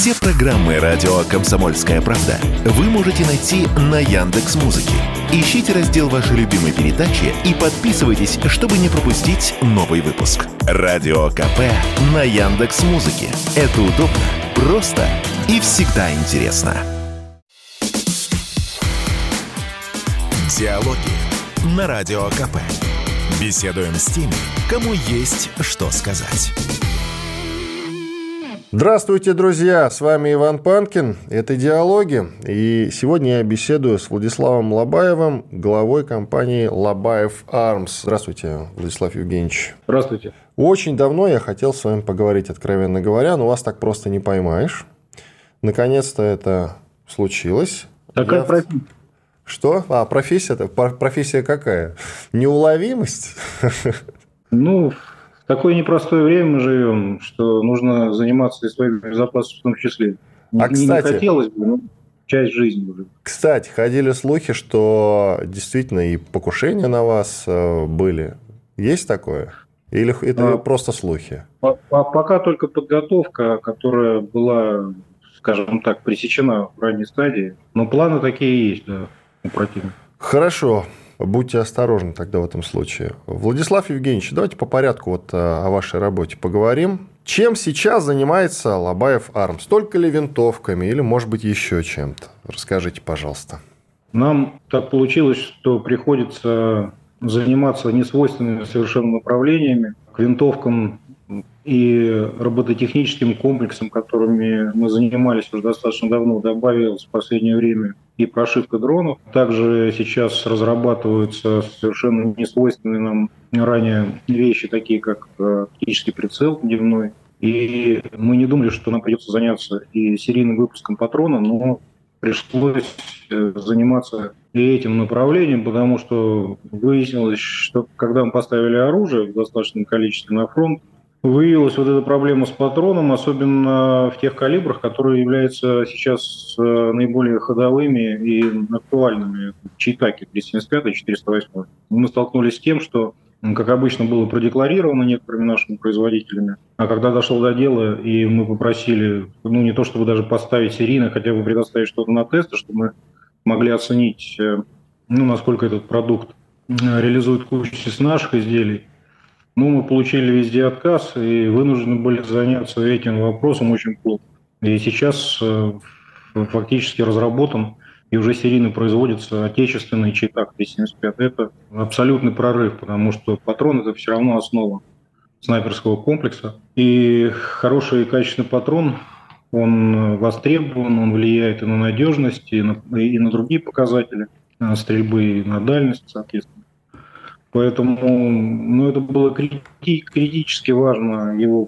Все программы радио «Комсомольская правда» вы можете найти на Яндекс.Музыке. Ищите раздел вашей любимой передачи и подписывайтесь, чтобы не пропустить новый выпуск. Радио КП на Яндекс.Музыке. Это удобно, просто и всегда интересно. Диалоги на Радио КП. Беседуем с теми, кому есть что сказать. Здравствуйте, друзья! С вами Иван Панкин. Это «Диалоги». И сегодня я беседую с Владиславом Лобаевым, главой компании «Лобаев Армс». Здравствуйте, Владислав Евгеньевич. Здравствуйте. Очень давно я хотел с вами поговорить, откровенно говоря, но вас так просто не поймаешь. Наконец-то это случилось. Такая профессия. Что? Профессия-то? Профессия какая? Неуловимость? В такое непростое время мы живем, что нужно заниматься и своей безопасностью в том числе. Кстати, не хотелось бы, но часть жизни уже. Кстати, ходили слухи, что действительно и покушения на вас были. Есть такое? Или это просто слухи? Пока только подготовка, которая была, скажем так, пресечена в ранней стадии. Но планы такие есть, да, у противника. Хорошо. Будьте осторожны тогда в этом случае. Владислав Евгеньевич, давайте по порядку о вашей работе поговорим. Чем сейчас занимается Лобаев Армс? Только ли винтовками или, может быть, еще чем-то? Расскажите, пожалуйста. Нам так получилось, что приходится заниматься несвойственными совершенно направлениями, к винтовкам и робототехническим комплексам, которыми мы занимались уже достаточно давно, добавилось в последнее время и прошивка дронов. Также сейчас разрабатываются совершенно несвойственные нам ранее вещи, такие как оптический прицел дневной. И мы не думали, что нам придется заняться и серийным выпуском патрона, но пришлось заниматься и этим направлением, потому что выяснилось, что когда мы поставили оружие в достаточном количестве на фронт, выявилась вот эта проблема с патроном, особенно в тех калибрах, которые являются сейчас наиболее ходовыми и актуальными. Чайтаки 375 и 408. Мы столкнулись с тем, что, как обычно, было продекларировано некоторыми нашими производителями, а когда дошло до дела, и мы попросили, не то чтобы даже поставить серийно, хотя бы предоставить что-то на тесты, чтобы мы могли оценить, насколько этот продукт реализует кучу из наших изделий, мы получили везде отказ и вынуждены были заняться этим вопросом очень плотно. И сейчас фактически разработан и уже серийно производится отечественный Чайтак 375. Это абсолютный прорыв, потому что патрон – это все равно основа снайперского комплекса. И хороший и качественный патрон, он востребован, он влияет и на надежность, и на другие показатели стрельбы, и на дальность, соответственно. Поэтому это было критически важно его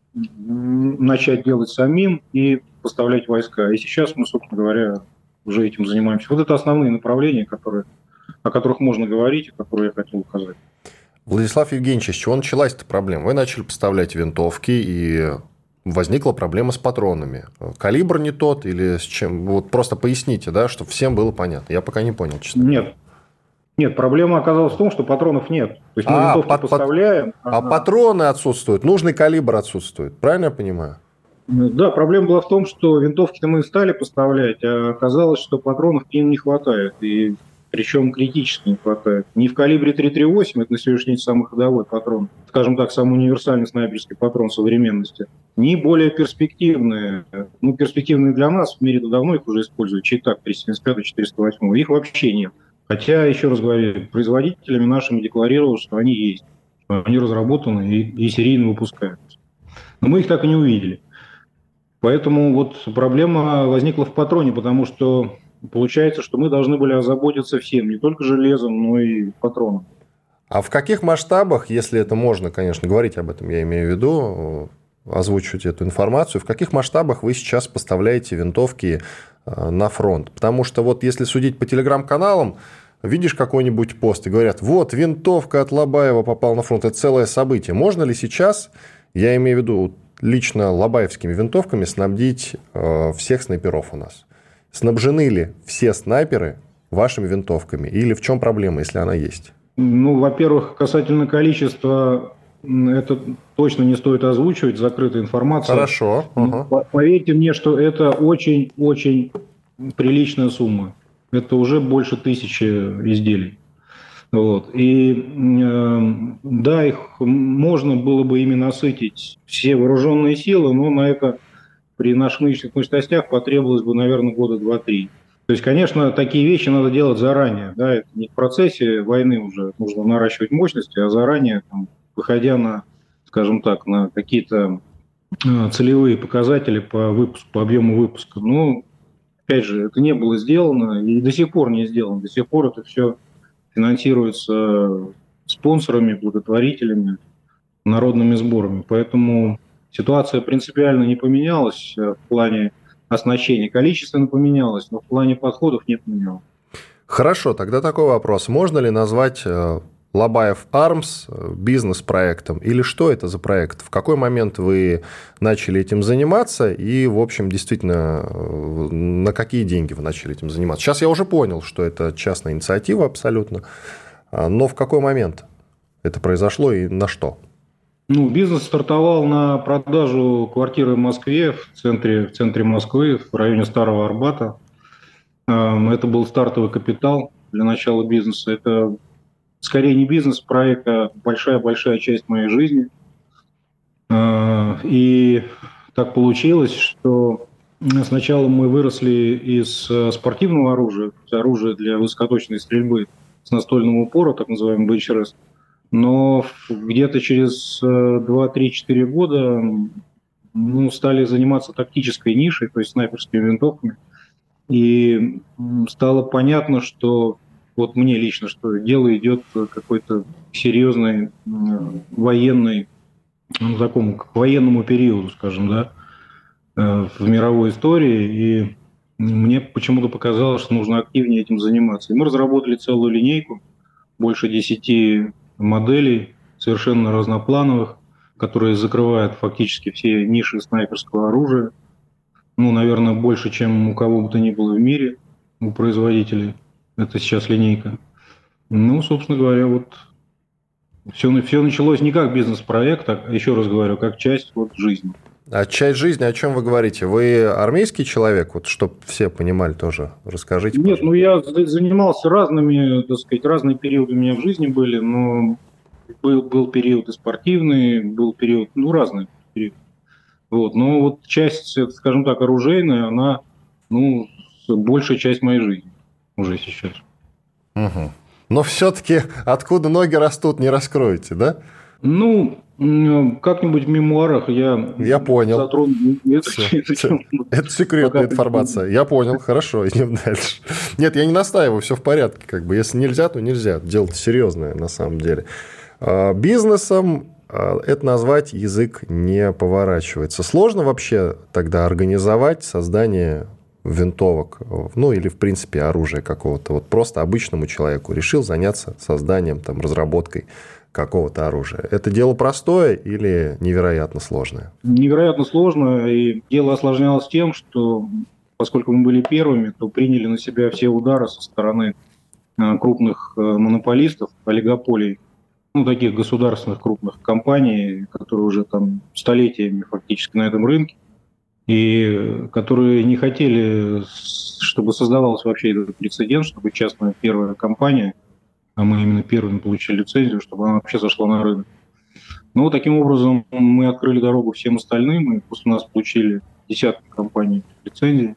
начать делать самим и поставлять войска. И сейчас мы, собственно говоря, уже этим занимаемся. Вот это основные направления, о которых можно говорить, и которые я хотел указать. Владислав Евгеньевич, с чего началась эта проблема? Вы начали поставлять винтовки, и возникла проблема с патронами. Калибр не тот или с чем? Вот просто поясните, да, чтобы всем было понятно. Я пока не понял, честно. Нет, проблема оказалась в том, что патронов нет. То есть мы винтовки поставляем. А патроны отсутствуют, нужный калибр отсутствует. Правильно я понимаю? Да, проблема была в том, что винтовки-то мы стали поставлять, а оказалось, что патронов к ним не хватает. И причем критически не хватает. Не в калибре 338, это на сегодняшний день самый ходовой патрон, скажем так, самый универсальный снайперский патрон современности, не более перспективные. Перспективные для нас, в мире давно их уже используют, Чайтак 375 и 408, их вообще нет. Хотя, еще раз говорю, производителями нашими декларировалось, что они есть, что они разработаны и серийно выпускаются. Но мы их так и не увидели. Поэтому вот проблема возникла в патроне, потому что получается, что мы должны были озаботиться всем, не только железом, но и патроном. А в каких масштабах, если это можно, конечно, говорить об этом, я имею в виду, озвучивать эту информацию, в каких масштабах вы сейчас поставляете винтовки на фронт? Потому что вот если судить по телеграм-каналам, видишь какой-нибудь пост и говорят, вот винтовка от Лобаева попала на фронт, это целое событие. Можно ли сейчас, я имею в виду лично лобаевскими винтовками, снабдить всех снайперов у нас? Снабжены ли все снайперы вашими винтовками? Или в чем проблема, если она есть? Во-первых, касательно количества это точно не стоит озвучивать, закрытая информация. Хорошо. Поверьте мне, что это очень-очень приличная сумма. Это уже больше 1000 изделий. Вот. И да, их можно было бы ими насытить все вооруженные силы, но на это при наших нынешних мощностях потребовалось бы, наверное, года 2-3. То есть, конечно, такие вещи надо делать заранее. Да? Это не в процессе войны уже нужно наращивать мощности, а заранее, там, выходя на, скажем так, на какие-то целевые показатели по выпуску, по объему выпуска. Но, опять же, это не было сделано и до сих пор не сделано. До сих пор это все финансируется спонсорами, благотворителями, народными сборами. Поэтому ситуация принципиально не поменялась в плане оснащения. Количественно поменялось, но в плане подходов не поменялось. Хорошо, тогда такой вопрос. Можно ли назвать Лобаев Армс бизнес-проектом? Или что это за проект? В какой момент вы начали этим заниматься? И, в общем, действительно, на какие деньги вы начали этим заниматься? Сейчас я уже понял, что это частная инициатива абсолютно. Но в какой момент это произошло и на что? Бизнес стартовал на продажу квартиры в Москве, в центре Москвы, в районе Старого Арбата. Это был стартовый капитал для начала бизнеса. Это скорее не бизнес-проект, а большая-большая часть моей жизни. И так получилось, что сначала мы выросли из спортивного оружия для высокоточной стрельбы с настольного упора, так называемый БЧРС. Но где-то через 2-3-4 года стали заниматься тактической нишей, то есть снайперскими винтовками. И стало понятно, что вот мне лично, что дело идет какой-то серьезной военной, такому к военному периоду, скажем, да, в мировой истории. И мне почему-то показалось, что нужно активнее этим заниматься. И мы разработали целую линейку, больше 10 моделей, совершенно разноплановых, которые закрывают фактически все ниши снайперского оружия. Наверное, больше, чем у кого бы то ни было в мире, у производителей. Это сейчас линейка. Собственно говоря, вот все началось не как бизнес-проект, а, еще раз говорю, как часть жизни. А часть жизни, о чем вы говорите? Вы армейский человек, вот, чтобы все понимали тоже? Расскажите. Нет, я занимался разными, так сказать, разные периоды у меня в жизни были, но был период и спортивный, был период, разный период. Вот, но вот часть, скажем так, оружейная, она, большая часть моей жизни уже сейчас. Угу. Но все-таки откуда ноги растут, не раскроете, да? Как-нибудь в мемуарах я понял. Затрону. Это секретная информация. Я понял, хорошо, идем дальше. Нет, я не настаиваю, все в порядке. Если нельзя, то нельзя. Дело-то серьезное на самом деле. Бизнесом это назвать язык не поворачивается. Сложно вообще тогда организовать создание винтовок, или, в принципе, оружия какого-то. Вот просто обычному человеку решил заняться созданием, разработкой какого-то оружия. Это дело простое или невероятно сложное? Невероятно сложно, и дело осложнялось тем, что поскольку мы были первыми, то приняли на себя все удары со стороны крупных монополистов, олигополий, таких государственных крупных компаний, которые уже столетиями фактически на этом рынке, и которые не хотели, чтобы создавался вообще этот прецедент, чтобы частная первая компания, а мы именно первыми получили лицензию, чтобы она вообще зашла на рынок. Таким образом мы открыли дорогу всем остальным, и после нас получили десятки компаний лицензий.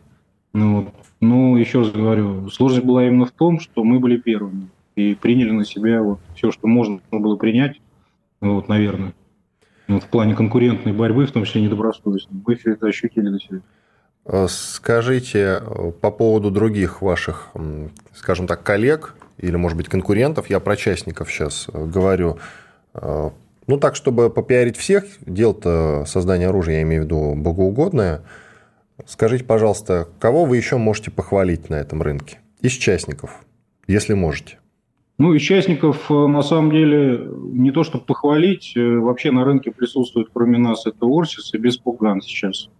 Еще раз говорю, сложность была именно в том, что мы были первыми и приняли на себя все, что можно было принять, наверное. В плане конкурентной борьбы, в том числе недобросовестной, мы все это ощутили на себе. Скажите по поводу других ваших, скажем так, коллег или, может быть, конкурентов, я про частников сейчас говорю, так, чтобы попиарить всех, дело-то создание оружия, я имею в виду, богоугодное. Скажите, пожалуйста, кого вы еще можете похвалить на этом рынке? Из частников, если можете. Из частников, на самом деле, не то чтобы похвалить, вообще на рынке присутствует, кроме нас, это Орсис и Беспуган сейчас.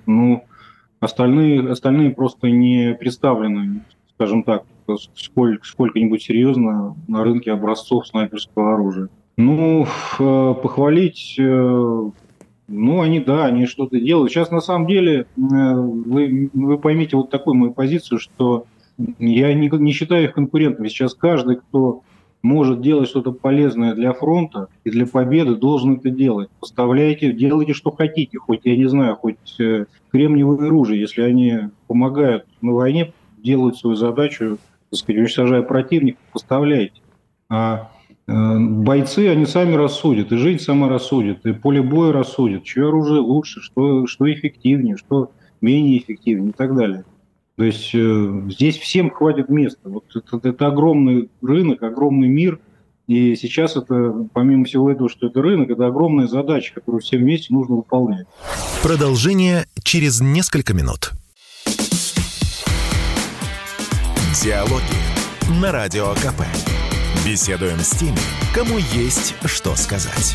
Остальные просто не представлены, скажем так, сколько-нибудь серьезно на рынке образцов снайперского оружия. Ну, похвалить, они что-то делают. Сейчас, на самом деле, вы поймите вот такую мою позицию, что я не считаю их конкурентами. Сейчас каждый, кто может делать что-то полезное для фронта и для победы, должен это делать. Поставляйте, делайте, что хотите. Хоть, я не знаю, хоть кремниевое оружие, если они помогают на войне, делают свою задачу, так сказать, уничтожая противника, поставляйте. А бойцы, они сами рассудят, и жизнь сама рассудит, и поле боя рассудит, чье оружие лучше, что эффективнее, что менее эффективнее и так далее. То есть здесь всем хватит места. Вот это огромный рынок, огромный мир, и сейчас это, помимо всего этого, что это рынок, это огромная задача, которую всем вместе нужно выполнять. Продолжение через несколько минут. Диалоги на Радио КП. Беседуем с теми, кому есть что сказать.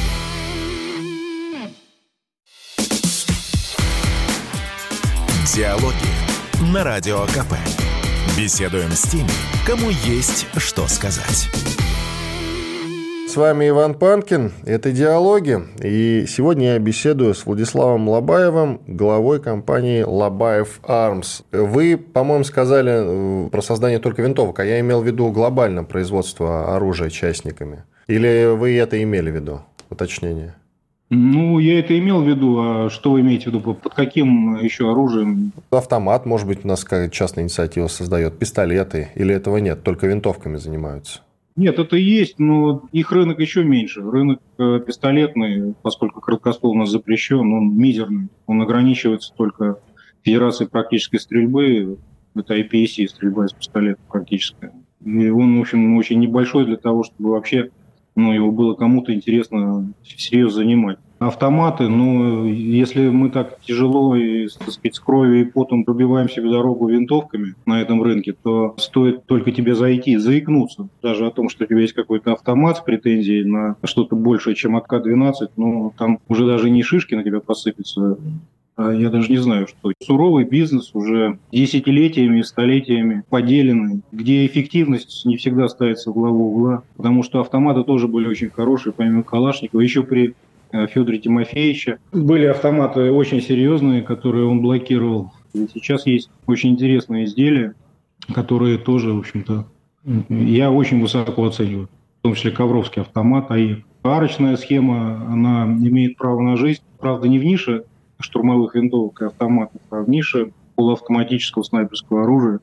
Диалоги на Радио КП. Беседуем с теми, кому есть что сказать. С вами Иван Панкин, это «Диалоги», и сегодня я беседую с Владиславом Лобаевым, главой компании Лобаев Армс. Вы, по-моему, сказали про создание только винтовок, а я имел в виду глобально производство оружия частниками. Или вы это имели в виду? Уточнение. Ну, я это имел в виду, а что вы имеете в виду, под каким еще оружием? Автомат, может быть, у нас какая-то частная инициатива создает, пистолеты, или этого нет, только винтовками занимаются? Нет, это есть, но их рынок еще меньше. Рынок пистолетный, поскольку краткоствол у нас запрещен, он мизерный. Он ограничивается только Федерацией практической стрельбы, это IPSC, стрельба из пистолета практическая. И он, в общем, очень небольшой для того, чтобы вообще его было кому-то интересно всерьез занимать. Автоматы, если мы так тяжело и, так сказать, с кровью и потом пробиваем себе дорогу винтовками на этом рынке, то стоит только тебе зайти, заикнуться даже о том, что у тебя есть какой-то автомат с претензией на что-то большее, чем АК-12, там уже даже не шишки на тебя посыпятся, а я даже не знаю, что. Суровый бизнес уже десятилетиями, столетиями поделенный, где эффективность не всегда ставится в главу угла, потому что автоматы тоже были очень хорошие, помимо Калашникова, еще при Федоре Тимофеевиче. Были автоматы очень серьезные, которые он блокировал. И сейчас есть очень интересные изделия, которые тоже, в общем-то, я очень высоко оцениваю. В том числе ковровский автомат, АИ. Арочная схема, она имеет право на жизнь. Правда, не в нише штурмовых винтовок и автоматов, а в нише полуавтоматического снайперского оружия.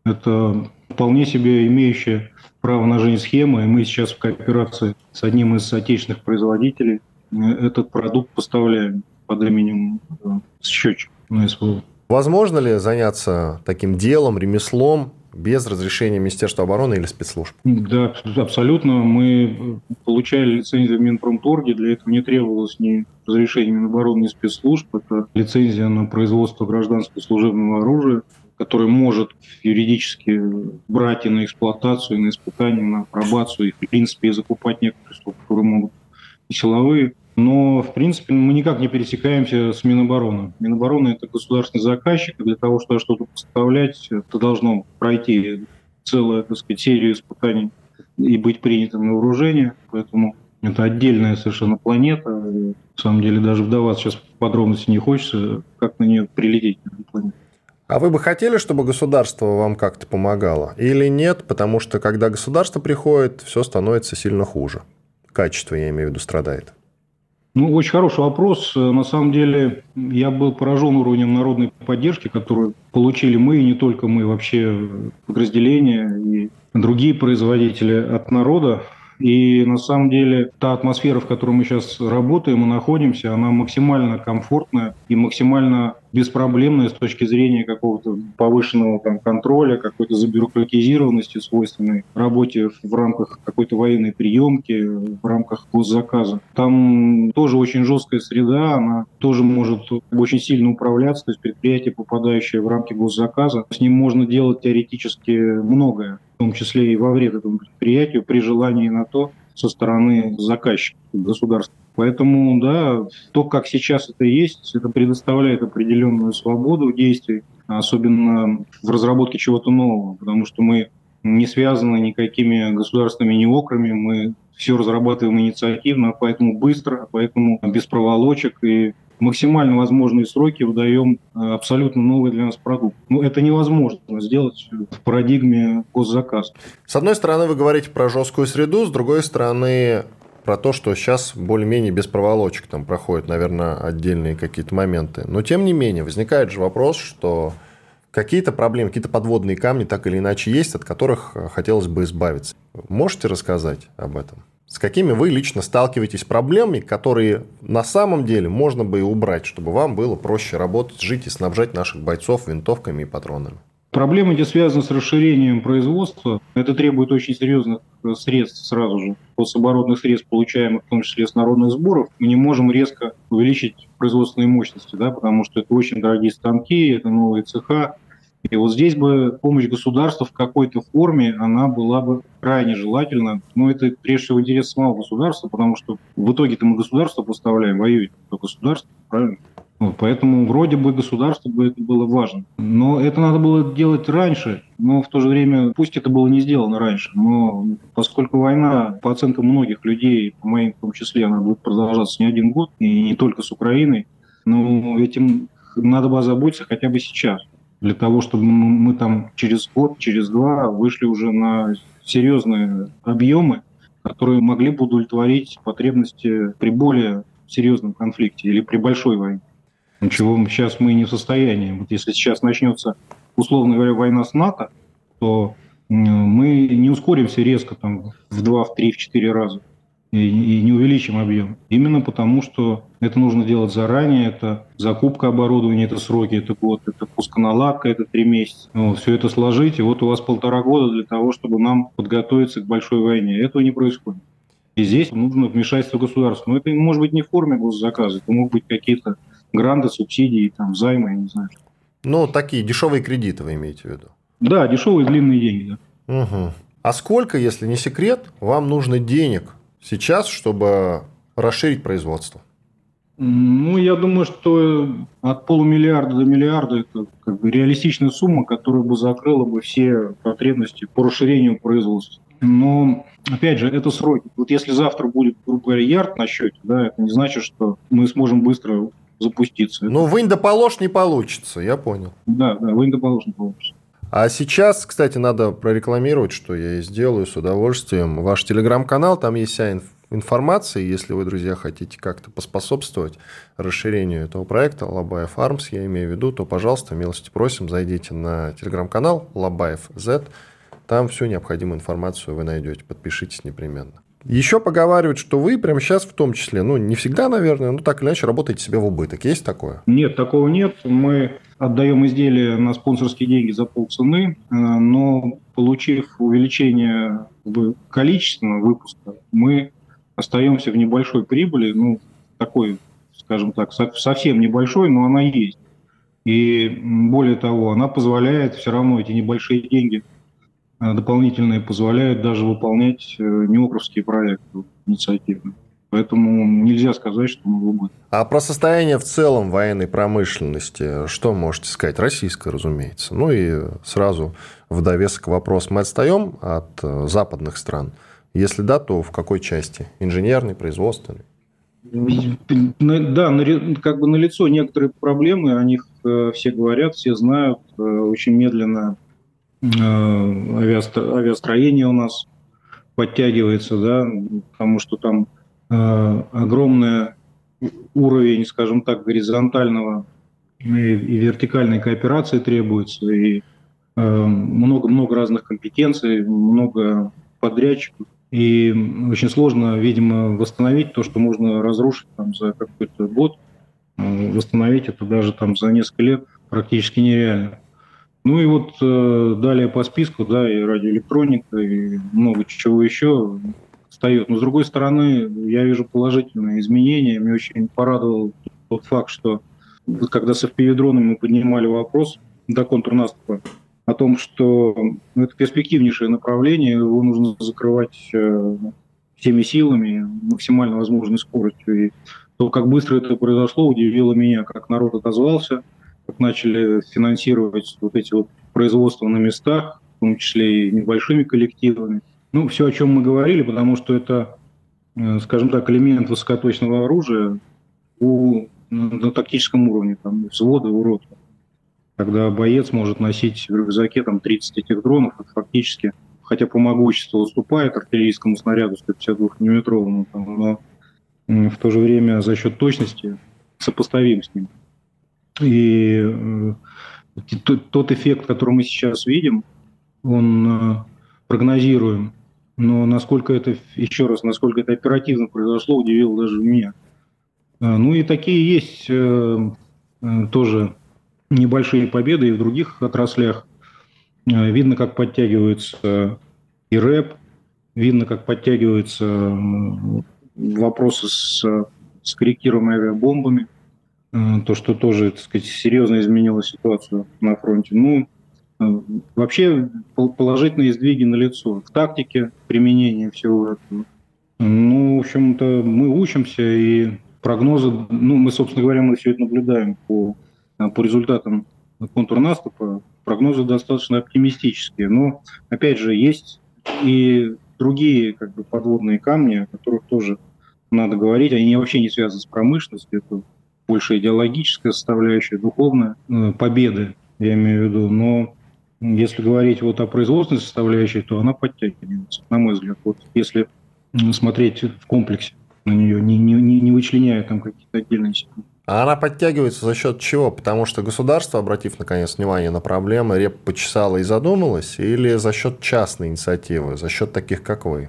Это вполне себе имеющая право на жизнь схема. И мы сейчас в кооперации с одним из отечественных производителей этот продукт поставляем под именем счетчик на СВО. Возможно ли заняться таким делом, ремеслом без разрешения Министерства обороны или спецслужб? Да, абсолютно. Мы получали лицензию в Минпромторге. Для этого не требовалось ни разрешения Минобороны, ни спецслужб. Это лицензия на производство гражданского служебного оружия, которое может юридически брать и на эксплуатацию, и на испытание, на апробацию, и в принципе и закупать некоторые структуры, которые могут и силовые. Но, в принципе, мы никак не пересекаемся с Минобороны. Минобороны – это государственный заказчик, и для того, чтобы что-то поставлять, это должно пройти целую, так сказать, серию испытаний и быть принятым на вооружение. Поэтому это отдельная совершенно планета. И, на самом деле, даже вдаваться сейчас в подробности не хочется, как на нее прилететь, на эту планету. А вы бы хотели, чтобы государство вам как-то помогало? Или нет? Потому что, когда государство приходит, все становится сильно хуже. Качество, я имею в виду, страдает. Очень хороший вопрос. На самом деле, я был поражен уровнем народной поддержки, которую получили мы, и не только мы, вообще подразделения и другие производители от народа. И на самом деле та атмосфера, в которой мы сейчас работаем и находимся, она максимально комфортная и максимально беспроблемная с точки зрения какого-то повышенного контроля, какой-то забюрократизированности, свойственной работе в рамках какой-то военной приемки, в рамках госзаказа. Там тоже очень жесткая среда, она тоже может очень сильно управляться, то есть предприятие, попадающее в рамки госзаказа, с ним можно делать теоретически многое, в том числе и во вред этому предприятию, при желании на то со стороны заказчика, государства. Поэтому, да, то, как сейчас это есть, это предоставляет определенную свободу действий, особенно в разработке чего-то нового, потому что мы не связаны никакими государственными неокрами, мы все разрабатываем инициативно, поэтому быстро, поэтому без проволочек и максимально возможные сроки выдаем абсолютно новый для нас продукт. Ну, это невозможно сделать в парадигме госзаказа. С одной стороны, вы говорите про жесткую среду, с другой стороны, про то, что сейчас более-менее без проволочек там проходят, наверное, отдельные какие-то моменты. Но, тем не менее, возникает же вопрос, что какие-то проблемы, какие-то подводные камни так или иначе есть, от которых хотелось бы избавиться. Можете рассказать об этом? С какими вы лично сталкиваетесь проблемами, которые на самом деле можно бы и убрать, чтобы вам было проще работать, жить и снабжать наших бойцов винтовками и патронами? Проблемы, где связаны с расширением производства, это требует очень серьезных средств сразу же. С оборотных средств, получаемых в том числе с народных сборов, мы не можем резко увеличить производственные мощности, да, потому что это очень дорогие станки, это новые цеха. И вот здесь бы помощь государства в какой-то форме, она была бы крайне желательна. Но это прежде всего интерес самого государства, потому что в итоге-то мы государство поставляем, воюет то государство, правильно? Вот, поэтому вроде бы государству бы это было важно. Но это надо было делать раньше, но в то же время, пусть это было не сделано раньше, но поскольку война, по оценкам многих людей, по моим в том числе, она будет продолжаться не один год, и не только с Украиной, но этим надо бы озаботиться хотя бы сейчас, для того, чтобы мы там через год, через два вышли уже на серьезные объемы, которые могли бы удовлетворить потребности при более серьезном конфликте или при большой войне. Чего сейчас мы не в состоянии. Вот если сейчас начнется, условно говоря, война с НАТО, то мы не ускоримся резко там, в 2, в 3, в 4 раза и не увеличим объем. Именно потому, что это нужно делать заранее. Это закупка оборудования, это сроки, это год, это пусконаладка, это 3 месяца. Вот, все это сложить, и вот у вас 1,5 года для того, чтобы нам подготовиться к большой войне. Этого не происходит. И здесь нужно вмешательство государства. Но это может быть не в форме госзаказа, это могут быть какие-то гранты, субсидии, там, займы, я не знаю. Ну, такие дешевые кредиты вы имеете в виду? Да, дешевые длинные деньги, да. Угу. А сколько, если не секрет, вам нужно денег сейчас, чтобы расширить производство? Ну, я думаю, что от полумиллиарда до миллиарда это как бы реалистичная сумма, которая бы закрыла бы все потребности по расширению производства. Но, опять же, это сроки. Вот если завтра будет, грубо говоря, ярд на счете, да, это не значит, что мы сможем быстро запуститься. Ну, вынь да положь не получится, я понял. Да, вынь да положь не получится. А сейчас, кстати, надо прорекламировать, что я и сделаю с удовольствием. Ваш телеграм-канал, там есть вся информация. Если вы, друзья, хотите как-то поспособствовать расширению этого проекта Лобаев Arms, я имею в виду, то, пожалуйста, милости просим, зайдите на телеграм-канал Лобаев Z. Там всю необходимую информацию вы найдете. Подпишитесь непременно. Еще поговаривают, что вы прямо сейчас в том числе, ну, не всегда, наверное, но так или иначе работаете себе в убыток. Есть такое? Нет, такого нет. Мы отдаем изделия на спонсорские деньги за полцены, но получив увеличение количественного выпуска, мы остаемся в небольшой прибыли, ну, такой, скажем так, совсем небольшой, но она есть. И более того, она позволяет все равно эти небольшие деньги дополнительные позволяют даже выполнять неокровские проекты инициативные. Поэтому нельзя сказать, что мы в убытке. А про состояние в целом военной промышленности что можете сказать? Российской, разумеется. Ну и сразу в довесок вопрос. Мы отстаем от западных стран? Если да, то в какой части? Инженерной, производственной? Да, как бы налицо некоторые проблемы, о них все говорят, все знают. Очень медленно авиастроение у нас подтягивается, да, потому что там огромный уровень, скажем так, горизонтального и вертикальной кооперации требуется, и много разных компетенций, много подрядчиков. И очень сложно, видимо, восстановить то, что можно разрушить там, за какой-то год. Восстановить это даже там, за несколько лет практически нереально. Ну и вот далее по списку, да, и радиоэлектроника, и много чего еще встает. Но с другой стороны, я вижу положительные изменения. Меня очень порадовал тот факт, что когда с FPV-дронами мы поднимали вопрос до контрнаступа о том, что это перспективнейшее направление, его нужно закрывать всеми силами, максимально возможной скоростью. И то, как быстро это произошло, удивило меня, как народ отозвался, как начали финансировать вот эти вот производства на местах, в том числе и небольшими коллективами. Ну, все, о чем мы говорили, потому что это скажем так, элемент высокоточного оружия на тактическом уровне, там, взвода, роты. Когда боец может носить в рюкзаке там, 30 этих дронов, это фактически, хотя по могуществу уступает артиллерийскому снаряду 152-мм, но в то же время за счет точности сопоставим с ним. И тот эффект, который мы сейчас видим, он прогнозируем. Но насколько это оперативно произошло, удивило даже меня. Ну и такие есть тоже небольшие победы и в других отраслях. Видно, как подтягивается и рэп, видно, как подтягиваются вопросы с корректируемыми авиабомбами. То, что тоже, так сказать, серьезно изменило ситуацию на фронте. Ну, вообще положительные сдвиги налицо в тактике применения всего этого. Ну, в общем-то, мы учимся, и прогнозы, мы, собственно говоря, мы все это наблюдаем по результатам контрнаступа. Прогнозы достаточно оптимистические. Но, опять же, есть и другие подводные камни, о которых тоже надо говорить. Они вообще не связаны с промышленностью. Это больше идеологическая составляющая, духовная победы, я имею в виду. Но если говорить о производственной составляющей, то она подтягивается, на мой взгляд. Вот если смотреть в комплексе на нее, не вычленяя там какие-то отдельные секунды. А она подтягивается за счет чего? Потому что государство, обратив наконец внимание на проблемы, реп почесало и задумалось, или за счет частной инициативы, за счет таких, как вы?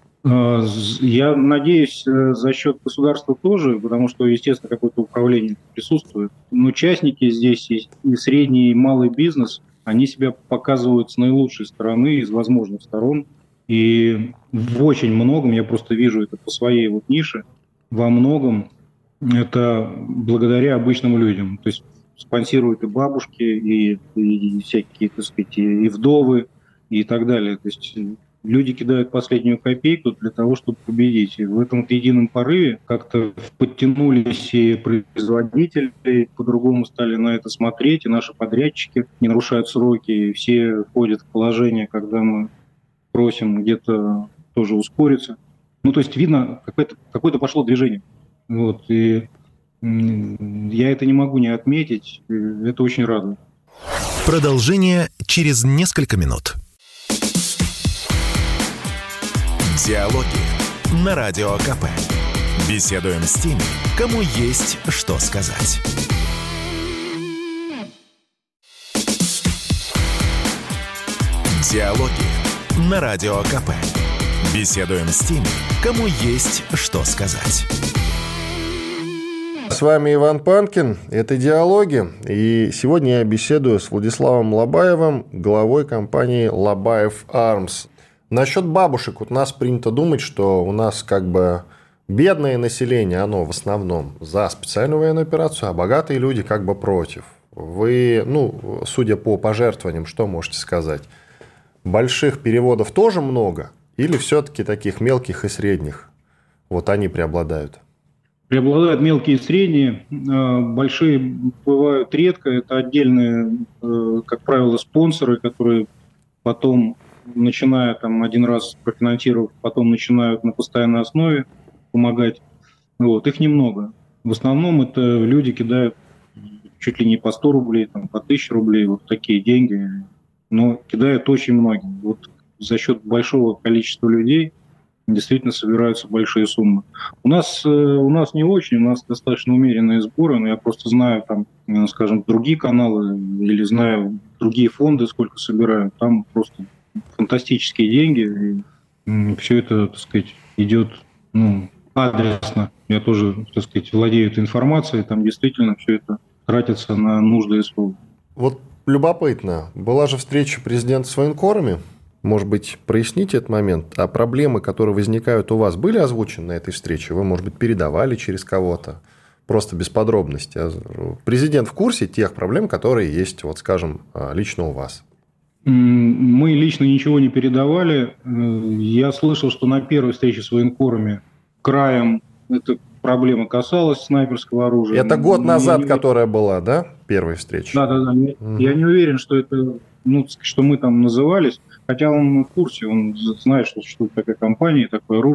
Я надеюсь, за счет государства тоже, потому что, естественно, какое-то управление присутствует. Но частники здесь и средний, и малый бизнес, они себя показывают с наилучшей стороны, из возможных сторон. И в очень многом, я просто вижу это по своей нише, во многом это благодаря обычным людям. То есть спонсируют и бабушки, и всякие, так сказать, и вдовы, и так далее. То есть люди кидают последнюю копейку для того, чтобы победить. И в этом едином порыве как-то подтянулись и производители, по-другому стали на это смотреть, и наши подрядчики не нарушают сроки, и все входят в положение, когда мы просим где-то тоже ускориться. То есть видно, какое-то пошло движение. И я это не могу не отметить. Это очень радует. Продолжение через несколько минут. Диалоги на Радио КП. Беседуем с теми, кому есть что сказать. Диалоги на Радио КП. Беседуем с теми, кому есть что сказать. С вами Иван Панкин, это «Диалоги», и сегодня я беседую с Владиславом Лобаевым, главой компании «Лобаев Армс». Насчет бабушек, у нас принято думать, что у нас бедное население, оно в основном за специальную военную операцию, а богатые люди против. Вы, судя по пожертвованиям, что можете сказать? Больших переводов тоже много? Или все-таки таких мелких и средних? Они преобладают? Преобладают мелкие и средние. Большие бывают редко. Это отдельные, как правило, спонсоры, которые потом, начиная один раз профинансировав, потом начинают на постоянной основе помогать. Их немного. В основном это люди кидают чуть ли не по 100 рублей, по 1000 рублей, такие деньги. Но кидают очень многие. За счет большого количества людей действительно собираются большие суммы. У нас не очень, у нас достаточно умеренные сборы, но я просто знаю другие каналы или знаю другие фонды, сколько собирают. Там просто фантастические деньги, и все это, так сказать, идет адресно. Я тоже, так сказать, владею этой информацией, там действительно все это тратится на нужды СВО. Любопытно. Была же встреча президента с военкорами. Может быть, проясните этот момент. А проблемы, которые возникают у вас, были озвучены на этой встрече? Вы, может быть, передавали через кого-то? Просто без подробностей. Президент в курсе тех проблем, которые есть, лично у вас? Мы лично ничего не передавали. Я слышал, что на первой встрече с военкорами краем эта проблема касалась снайперского оружия. Это год назад, которая была, да? Первая встреча? Да. Я не уверен, что это, что мы там назывались. Хотя он в курсе, он знает, что существует такая компания, такое оружие.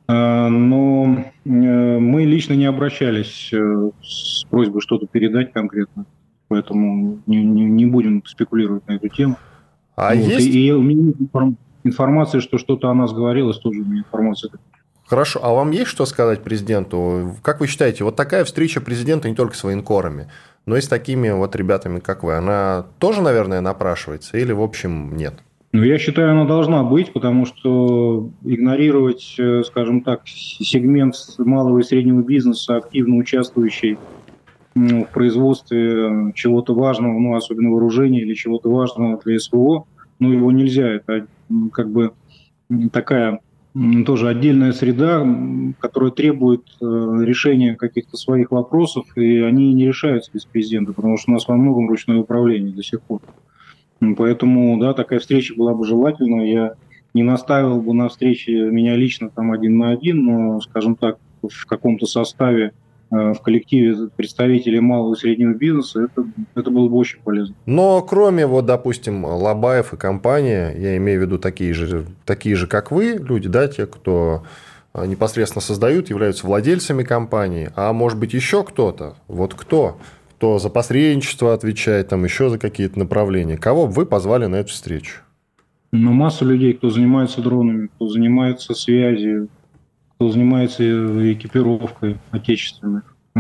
Но мы лично не обращались с просьбой что-то передать конкретно, поэтому не будем спекулировать на эту тему. А есть... И у меня информация, что что-то о нас говорилось, тоже у меня информация. Хорошо, а вам есть что сказать президенту? Как вы считаете, вот такая встреча президента не только с военкорами, но и с такими вот ребятами, как вы, она тоже, наверное, напрашивается или, в общем, нет? Ну, я считаю, она должна быть, потому что игнорировать, скажем так, сегмент малого и среднего бизнеса, активно участвующий в производстве чего-то важного, ну, особенно вооружения или чего-то важного для СВО, ну, его нельзя. Это как бы такая тоже отдельная среда, которая требует решения каких-то своих вопросов, и они не решаются без президента, потому что у нас во многом ручное управление до сих пор. Поэтому, да, такая встреча была бы желательна. Я не наставил бы на встрече меня лично там 1 на 1, но, скажем так, в каком-то составе, в коллективе представителей малого и среднего бизнеса, это было бы очень полезно. Но кроме, вот, допустим, Лобаев и компания, я имею в виду такие же, как вы, люди, да, те, кто непосредственно создают, являются владельцами компании, а может быть еще кто-то, вот кто за посредничество отвечает, там еще за какие-то направления. Кого бы вы позвали на эту встречу? Ну, масса людей, кто занимается дронами, кто занимается связью, кто занимается экипировкой отечественной.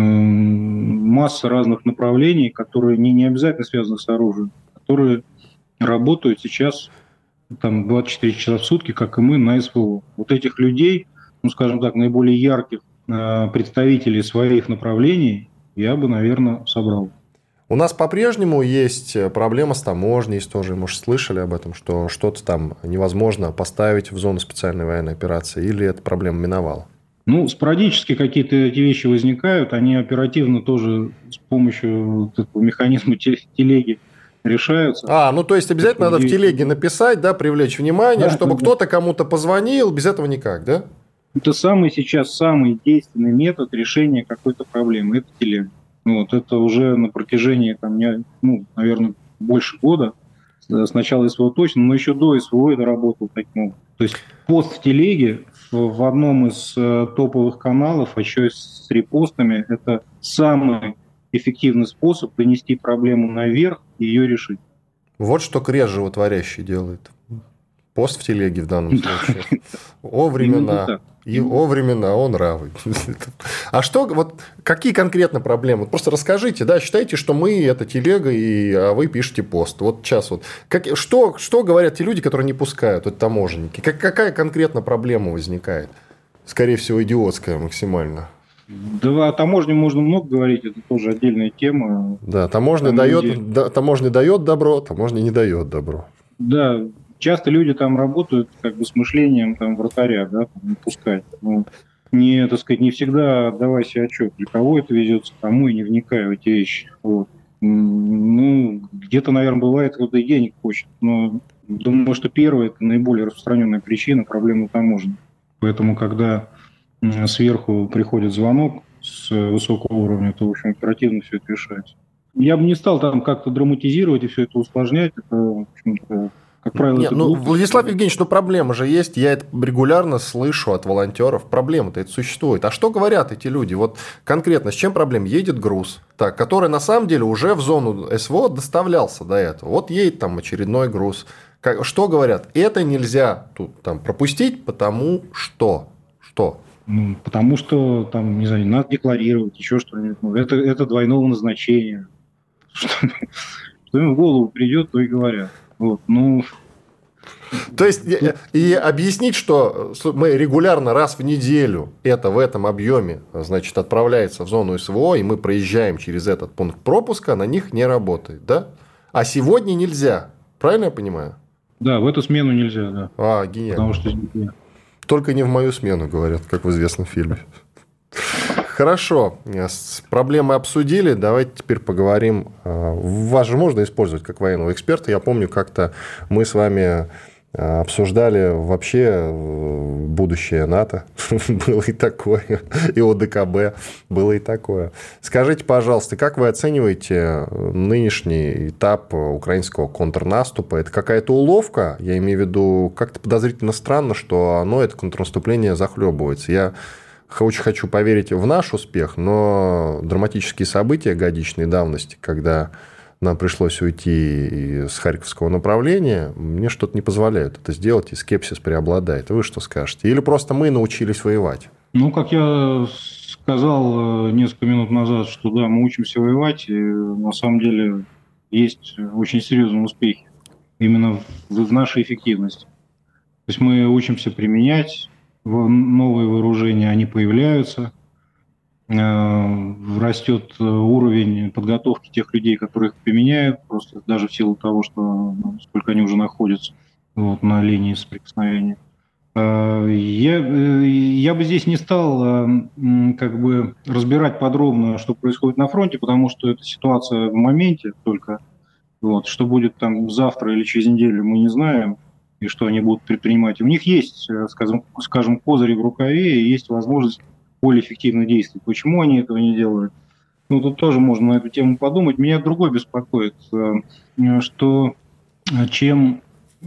Масса разных направлений, которые не обязательно связаны с оружием, которые работают сейчас там 24 часа в сутки, как и мы, на СВО. Вот этих людей, ну, скажем так, наиболее ярких представителей своих направлений я бы, наверное, собрал. У нас по-прежнему есть проблема с таможней, тоже, может, слышали об этом, что что-то там невозможно поставить в зону специальной военной операции, или эта проблема миновала? Ну, спорадически какие-то эти вещи возникают, они оперативно тоже с помощью этого механизма телеги решаются. Ну то есть обязательно надо в телеге написать, да, привлечь внимание, да, чтобы кто-то кому-то позвонил, без этого никак, да? Это самый действенный метод решения какой-то проблемы, это телега. Вот, это уже на протяжении, там, наверное, больше года, с начала СВО точно, но еще до СВО это работало таким образом. То есть пост в телеге в одном из топовых каналов, а еще и с репостами, это самый эффективный способ донести проблему наверх и ее решить. Вот что крест животворящий делает. Пост в телеге в данном случае. О времена. И о времена, о нравы. А что, вот какие конкретно проблемы? Просто расскажите, да, считайте, что мы это телега, а вы пишете пост. Вот сейчас вот. Что говорят те люди, которые не пускают, это таможенники? Какая конкретно проблема возникает? Скорее всего, идиотская максимально. Да, о таможне можно много говорить, это тоже отдельная тема. Да, таможня дает добро, таможня не дает добро. Да, часто люди там работают как бы с мышлением там вратаря, да, не пускать. Не, так сказать, не всегда отдавая себе отчет, для кого это везется, кому, и не вникая в эти вещи. Вот. Ну, где-то, наверное, бывает, кто-то и денег хочет, но думаю, что первое – это наиболее распространенная причина проблемы таможни. Поэтому, когда сверху приходит звонок с высокого уровня, то, в общем, оперативно все это решается. Я бы не стал там как-то драматизировать и все это усложнять. Это, в общем-то, как правило, Нет, Владислав Евгеньевич, проблема же есть. Я это регулярно слышу от волонтеров. Проблема-то это существует. А что говорят эти люди? Вот конкретно с чем проблема? Едет груз, который на самом деле уже в зону СВО доставлялся до этого. Вот едет там очередной груз. Что говорят? Это нельзя тут там пропустить, потому что. Что? Потому что там, не знаю, надо декларировать, еще что-нибудь. Это двойного назначения. Что им в голову придет, то и говорят. Вот, То есть, и объяснить, что мы регулярно раз в неделю это в этом объеме, значит, отправляется в зону СВО, и мы проезжаем через этот пункт пропуска, на них не работает, да? А сегодня нельзя. Правильно я понимаю? Да, в эту смену нельзя, да. Гениально. Потому что... Только не в мою смену, говорят, как в известном фильме. Хорошо, проблемы обсудили, давайте теперь поговорим. Вас же можно использовать как военного эксперта. Я помню, как-то мы с вами обсуждали вообще будущее НАТО. Было и такое. И ОДКБ. Было и такое. Скажите, пожалуйста, как вы оцениваете нынешний этап украинского контрнаступа? Это какая-то уловка? Я имею в виду, как-то подозрительно странно, что это контрнаступление захлебывается. Я очень хочу поверить в наш успех, но драматические события годичной давности, когда нам пришлось уйти с Харьковского направления, мне что-то не позволяют это сделать, и скепсис преобладает. Вы что скажете? Или просто мы научились воевать? Как я сказал несколько минут назад, что да, мы учимся воевать, и на самом деле есть очень серьезные успехи именно в нашей эффективности. То есть мы учимся применять новые вооружения, они появляются, растет уровень подготовки тех людей, которые их применяют, просто даже в силу того, что сколько они уже находятся на линии соприкосновения. Я бы здесь не стал разбирать подробно, что происходит на фронте, потому что это ситуация в моменте только. Что будет там завтра или через неделю, мы не знаем, и что они будут предпринимать. У них есть, скажем, козыри в рукаве, и есть возможность более эффективно действовать. Почему они этого не делают? Тут тоже можно на эту тему подумать. Меня другое беспокоит, что чем,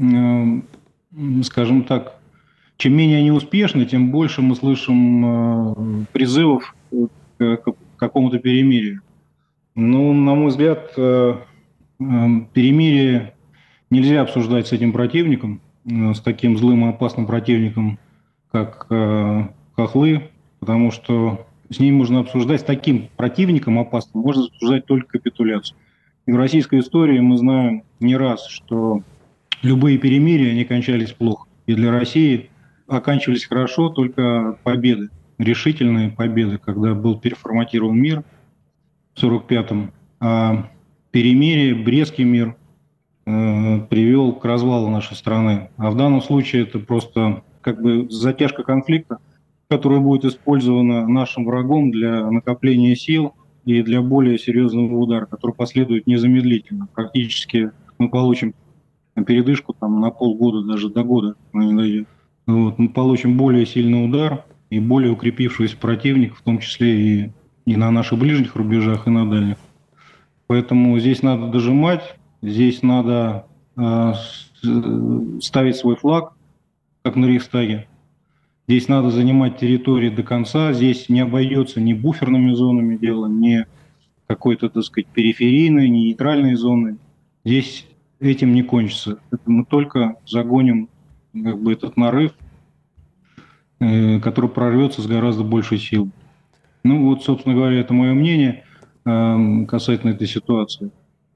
скажем так, чем менее они успешны, тем больше мы слышим призывов к какому-то перемирию. На мой взгляд, перемирие нельзя обсуждать с этим противником, с таким злым и опасным противником, как хохлы, потому что с ним можно обсуждать, с таким противником опасным можно обсуждать только капитуляцию. И в российской истории мы знаем не раз, что любые перемирия, они кончались плохо. И для России оканчивались хорошо только победы, решительные победы, когда был переформатирован мир в 1945-м, а перемирие, Брестский мир привел к развалу нашей страны. А в данном случае это просто затяжка конфликта, которая будет использована нашим врагом для накопления сил и для более серьезного удара, который последует незамедлительно. Практически мы получим передышку на полгода, даже до года не дойдет. Мы получим более сильный удар и более укрепившийся противник, в том числе и на наших ближних рубежах, и на дальних. Поэтому здесь надо дожимать, здесь надо ставить свой флаг, как на Рейхстаге. Здесь надо занимать территории до конца. Здесь не обойдется ни буферными зонами дело, ни какой-то, периферийной, ни нейтральной зоной. Здесь этим не кончится. Это мы только загоним этот нарыв, который прорвется с гораздо большей силой. Собственно говоря, это мое мнение касательно этой ситуации.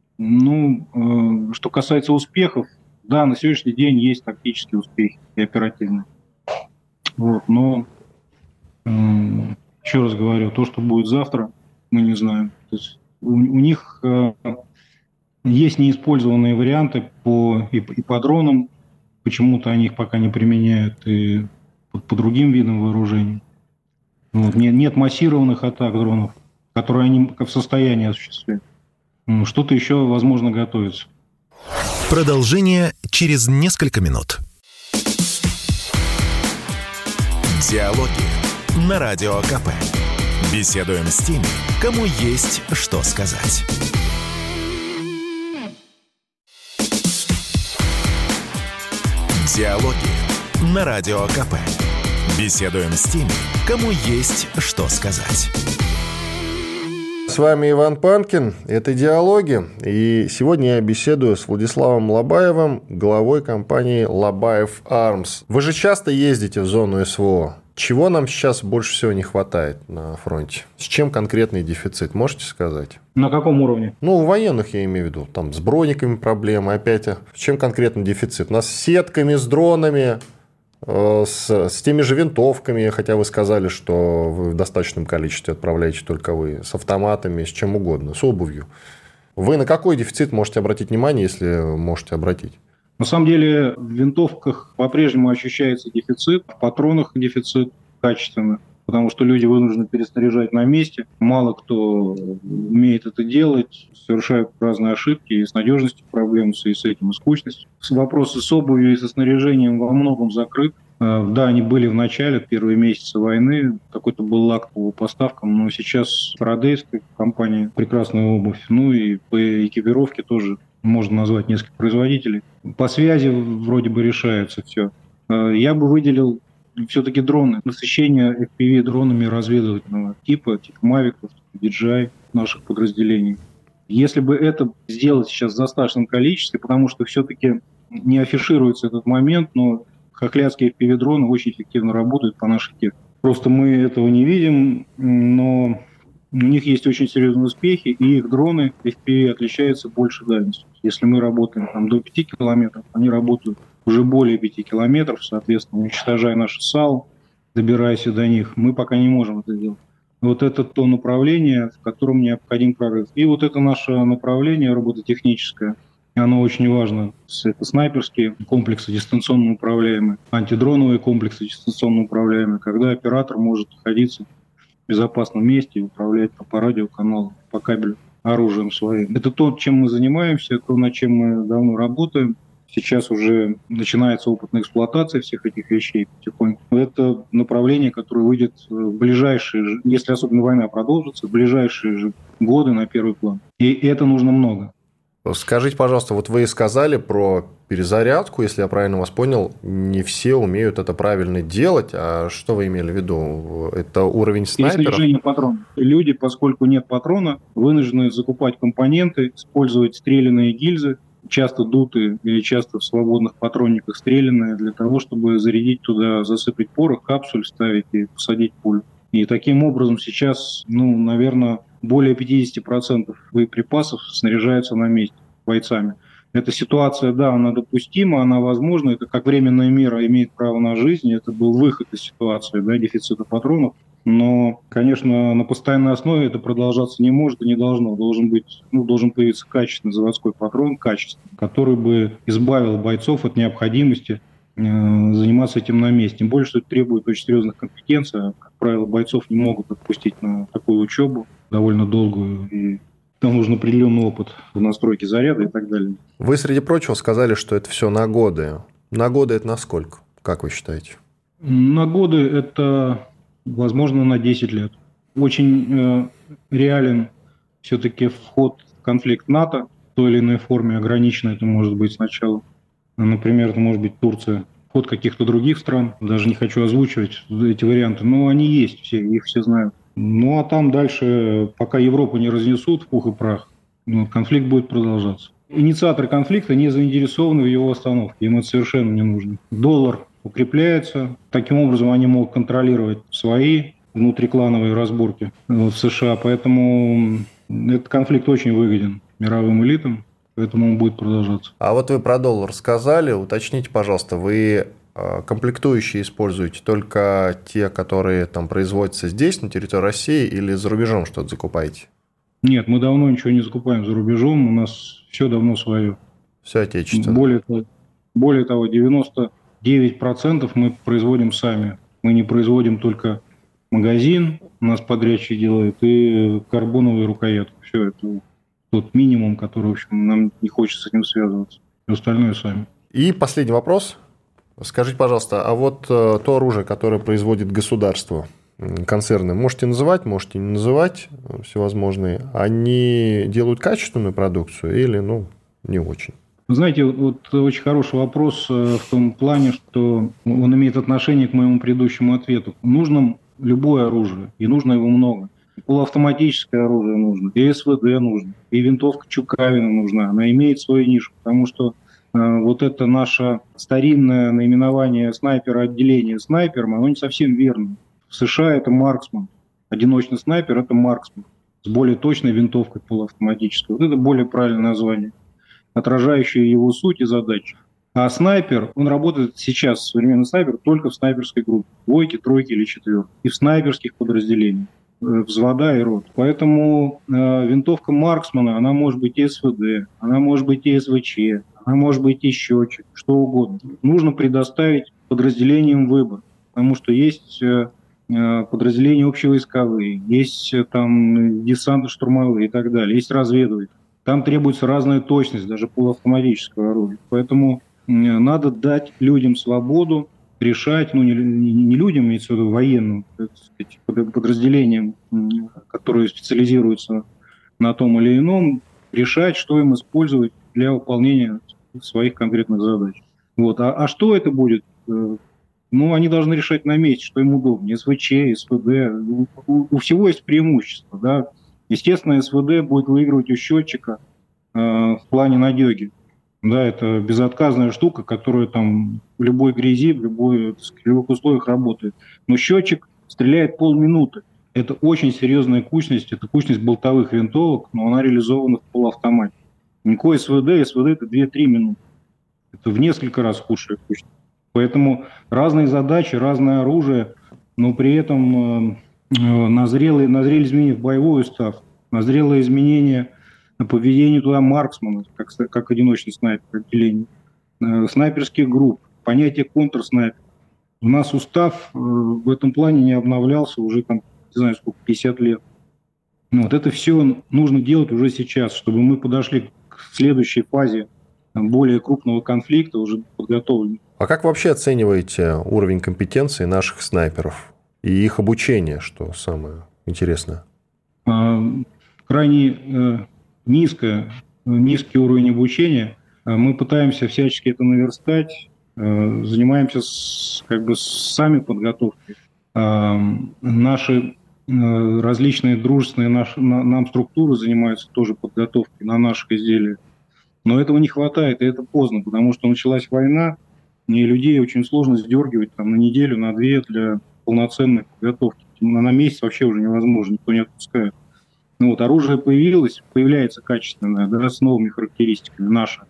Что касается успехов, да, на сегодняшний день есть тактические успехи и оперативные. Но еще раз говорю, то, что будет завтра, мы не знаем. То есть у них есть неиспользованные варианты и по дронам, почему-то они их пока не применяют, и по другим видам вооружений. Нет массированных атак дронов, которые они в состоянии осуществлять. Что-то еще, возможно, готовится. Продолжение через несколько минут. Диалоги на Радио КП. Беседуем с теми, кому есть что сказать. Диалоги на Радио КП. Беседуем с теми, кому есть что сказать. С вами Иван Панкин, это «Диалоги», и сегодня я беседую с Владиславом Лобаевым, главой компании «Лобаев Армс». Вы же часто ездите в зону СВО. Чего нам сейчас больше всего не хватает на фронте? С чем конкретный дефицит, можете сказать? На каком уровне? У военных я имею в виду. Там с брониками проблемы, опять. С чем конкретно дефицит? У нас с сетками, с дронами, с теми же винтовками, хотя вы сказали, что вы в достаточном количестве отправляете только вы, с автоматами, с чем угодно, с обувью. Вы на какой дефицит можете обратить внимание, если можете обратить? На самом деле в винтовках по-прежнему ощущается дефицит, в патронах дефицит качественных, потому что люди вынуждены переснаряжать на месте. Мало кто умеет это делать, совершают разные ошибки, и с надежностью проблемы, и с этим, и с кучностью. Вопросы с обувью и со снаряжением во многом закрыты. Да, они были в начале, первые месяцы войны, какой-то был лаг по поставкам, но сейчас Фарадейская компания, прекрасная обувь, ну и по экипировке тоже можно назвать несколько производителей. По связи вроде бы решается все. Я бы выделил все-таки дроны, насыщение FPV дронами разведывательного типа Mavic, DJI наших подразделений. Если бы это сделать сейчас в достаточном количестве, потому что все-таки не афишируется этот момент, но хохлядские FPV-дроны очень эффективно работают по нашей технике. Просто мы этого не видим, но у них есть очень серьезные успехи, и их дроны FPV отличаются больше дальностью. Если мы работаем там, до 5 километров, они работают уже более 5 километров, соответственно, уничтожая наши САУ, добираясь до них, мы пока не можем это делать. Вот это то направление, в котором необходим прорыв. И вот это наше направление робототехническое, оно очень важно. Это снайперские комплексы дистанционно управляемые, антидроновые комплексы дистанционно управляемые, когда оператор может находиться в безопасном месте и управлять по радиоканалу, по кабелю оружием своим. Это то, чем мы занимаемся, то, над чем мы давно работаем. Сейчас уже начинается опытная эксплуатация всех этих вещей потихоньку. Это направление, которое выйдет в ближайшие, если особенно война продолжится, в ближайшие же годы на первый план. И это нужно много. Скажите, пожалуйста, вот вы сказали про перезарядку, если я правильно вас понял, не все умеют это правильно делать. А что вы имели в виду? Это уровень снайперов? Переснаряжение патронов. Люди, поскольку нет патрона, вынуждены закупать компоненты, использовать стрелянные гильзы, часто дутые или часто в свободных патронниках стреляные, для того, чтобы зарядить туда, засыпать порох, капсуль ставить и посадить пулю. И таким образом сейчас, наверное, более 50% боеприпасов снаряжаются на месте бойцами. Эта ситуация, да, она допустима, она возможна. Это как временная мера имеет право на жизнь. Это был выход из ситуации, да, дефицита патронов. Но, конечно, на постоянной основе это продолжаться не может и не должно. Должен появиться качественный заводской патрон, качественный, который бы избавил бойцов от необходимости заниматься этим на месте. Тем более, что это требует очень серьезных компетенций. Как правило, бойцов не могут отпустить на такую учебу довольно долгую. И там нужен определенный опыт в настройке заряда и так далее. Вы, среди прочего, сказали, что это все на годы. На годы это на сколько, как вы считаете? На годы это, возможно, на 10 лет. Очень реален все-таки вход в конфликт НАТО в той или иной форме. Ограниченно это может быть сначала. Например, это может быть Турция. Вход каких-то других стран. Даже не хочу озвучивать эти варианты. Но они есть все, их все знают. Ну, а там дальше, пока Европу не разнесут в пух и прах, конфликт будет продолжаться. Инициаторы конфликта не заинтересованы в его остановке. Им это совершенно не нужно. Доллар укрепляется. Таким образом, они могут контролировать свои внутриклановые разборки в США. Поэтому этот конфликт очень выгоден мировым элитам. Поэтому он будет продолжаться. А вот вы про доллар сказали. Уточните, пожалуйста, вы комплектующие используете только те, которые там производятся здесь, на территории России, или за рубежом что-то закупаете? Нет, мы давно ничего не закупаем за рубежом. У нас все давно свое. Все отечественное. Более того, 99% мы производим сами. Мы не производим только магазин, у нас подрядчик делает, и карбоновую рукоятку. Все это тот минимум, который, в общем, нам не хочется с этим связываться. Все остальное сами. И последний вопрос. Скажите, пожалуйста, а вот то оружие, которое производит государство, концерны, можете называть, можете не называть, всевозможные, они делают качественную продукцию или, не очень? Вы знаете, вот очень хороший вопрос в том плане, что он имеет отношение к моему предыдущему ответу. Нужно любое оружие, и нужно его много. И полуавтоматическое оружие нужно, и СВД нужно, и винтовка Чукавина нужна. Она имеет свою нишу, потому что вот это наше старинное наименование снайпера, отделение снайпером, оно не совсем верно. В США это марксман. Одиночный снайпер – это марксман с более точной винтовкой полуавтоматической. Вот это более правильное название, отражающее его суть и задачи. А снайпер, он работает сейчас, современный снайпер, только в снайперской группе. Двойки, тройки или четверки. И в снайперских подразделениях. Взвода и рот. Поэтому винтовка марксмана, она может быть и СВД, она может быть и СВЧ, она может быть и счетчик, что угодно. Нужно предоставить подразделениям выбор, потому что есть подразделения общевойсковые, есть там десантно-штурмовые и так далее, есть разведыватели. Там требуется разная точность, даже полуавтоматического оружия. Поэтому надо дать людям свободу решать, ну не людям, имеется в виду военным, так сказать, подразделениям, которые специализируются на том или ином, решать, что им использовать для выполнения своих конкретных задач. Вот. А что это будет? Ну, они должны решать на месте, что им удобнее. СВЧ, СВД. У всего есть преимущество. Да? Естественно, СВД будет выигрывать у счетчика в плане надеги. Да, это безотказная штука, которая там в любой грязи, в любых условиях работает. Но счетчик стреляет полминуты. Это очень серьезная кучность. Это кучность болтовых винтовок, но она реализована в полуавтомате. Никакой СВД это 2-3 минуты. Это в несколько раз худшая кучность. Поэтому разные задачи, разное оружие, но при этом назрели изменения в боевой устав, назрело изменение поведения туда марксмана, как одиночный снайпер отделение, снайперских групп, понятие контрснайпер. У нас устав в этом плане не обновлялся уже, там, не знаю, сколько, 50 лет. Вот это все нужно делать уже сейчас, чтобы мы подошли к следующей фазе более крупного конфликта, уже подготовлены. А как вообще оцениваете уровень компетенции наших снайперов и их обучение, что самое интересное? Крайне низкий уровень обучения. Мы пытаемся всячески это наверстать, занимаемся сами подготовкой. Наши различные дружественные нам структуры занимаются тоже подготовкой на наших изделиях. Но этого не хватает, и это поздно, потому что началась война, и людей очень сложно сдергивать там, на неделю, на две для полноценной подготовки. На месяц вообще уже невозможно, никто не отпускает. Ну, вот оружие появляется качественное, да, с новыми характеристиками наше.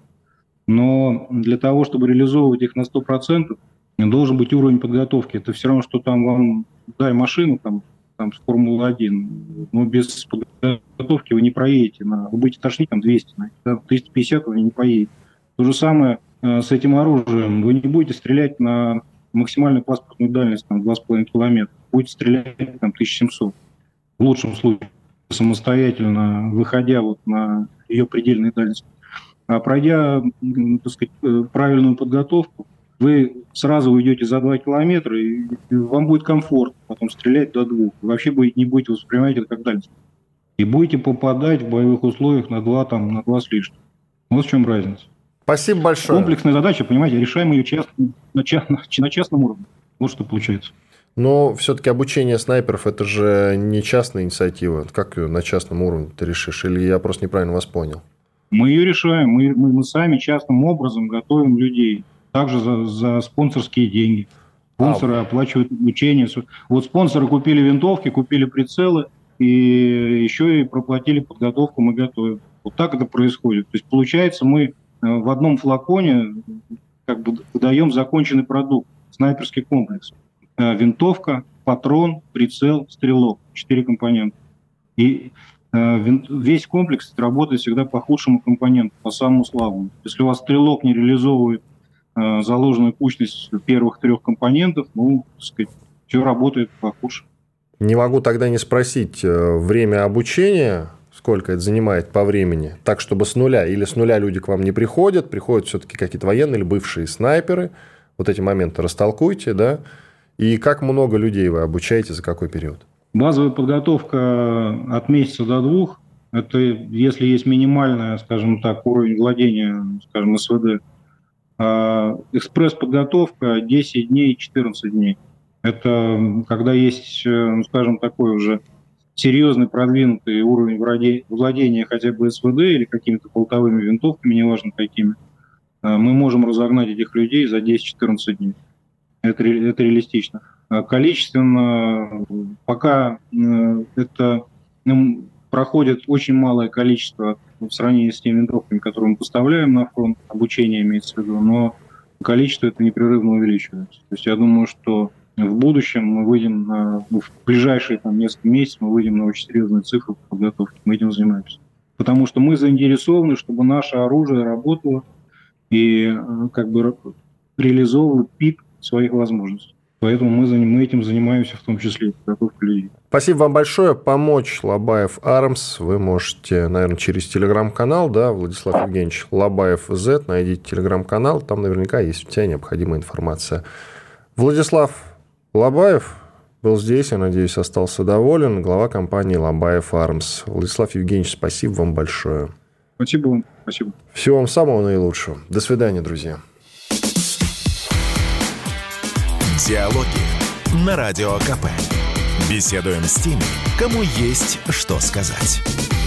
Но для того, чтобы реализовывать их на 100%, должен быть уровень подготовки. Это все равно, что там вам дай машину там с Формулы-1, но без подготовки вы не проедете. Вы будете тошнить там 200, 350 вы не поедете. То же самое с этим оружием. Вы не будете стрелять на максимальную паспортную дальность там 2,5 километра. Будете стрелять там 1700. В лучшем случае самостоятельно, выходя вот на ее предельную дальность. А пройдя, так сказать, правильную подготовку, вы сразу уйдете за 2 километра, и вам будет комфортно потом стрелять до 2. Вы вообще не будете воспринимать это как дальность. И будете попадать в боевых условиях на 2 с лишним. Вот в чем разница. Спасибо большое. Комплексная задача, понимаете, решаем ее на частном уровне. Вот что получается. Но все-таки обучение снайперов – это же не частная инициатива. Как ее на частном уровне ты решишь? Или я просто неправильно вас понял? Мы ее решаем. Мы сами частным образом готовим людей. Также за спонсорские деньги. Спонсоры оплачивают обучение. Вот спонсоры купили винтовки, купили прицелы, и еще и проплатили подготовку, мы готовим. Вот так это происходит. То есть, получается, мы в одном флаконе как бы выдаем законченный продукт, снайперский комплекс. Винтовка, патрон, прицел, стрелок. 4 компонента. И весь комплекс работает всегда по худшему компоненту, по самому слабому. Если у вас стрелок не реализовывает заложенную кучность первых 3 компонентов, ну, так сказать, все работает по худшему. Не могу тогда не спросить, время обучения, сколько это занимает по времени, так, чтобы с нуля, или с нуля люди к вам не приходят все-таки какие-то военные или бывшие снайперы, вот эти моменты растолкуйте, да, и как много людей вы обучаете, за какой период? Базовая подготовка от месяца до 2, это если есть минимальная, скажем так, уровень владения, скажем, СВД. Экспресс-подготовка 10 дней, 14 дней. Это когда есть, скажем, такой уже серьезный продвинутый уровень владения хотя бы СВД или какими-то болтовыми винтовками, неважно какими, мы можем разогнать этих людей за 10-14 дней. Это реалистично. Количественно пока это проходит очень малое количество в сравнении с теми винтовками, которые мы поставляем на фронт, обучение имеется в виду, но количество это непрерывно увеличивается. То есть я думаю, что в будущем мы выйдем в ближайшие несколько месяцев мы выйдем на очень серьезные цифры по подготовке. Мы этим занимаемся. Потому что мы заинтересованы, чтобы наше оружие работало и как бы реализовывало пик своих возможностей. Поэтому мы этим занимаемся в том числе. Спасибо вам большое. Помочь Лобаев Армс вы можете, наверное, через телеграм-канал, да, Владислав Евгеньевич, Лобаев Z, найдите телеграм-канал, там наверняка есть вся необходимая информация. Владислав Лобаев был здесь, я надеюсь, остался доволен, глава компании Лобаев Армс. Владислав Евгеньевич, спасибо вам большое. Спасибо вам. Спасибо. Всего вам самого наилучшего. До свидания, друзья. Диалоги на Радио КП. Беседуем с теми, кому есть что сказать.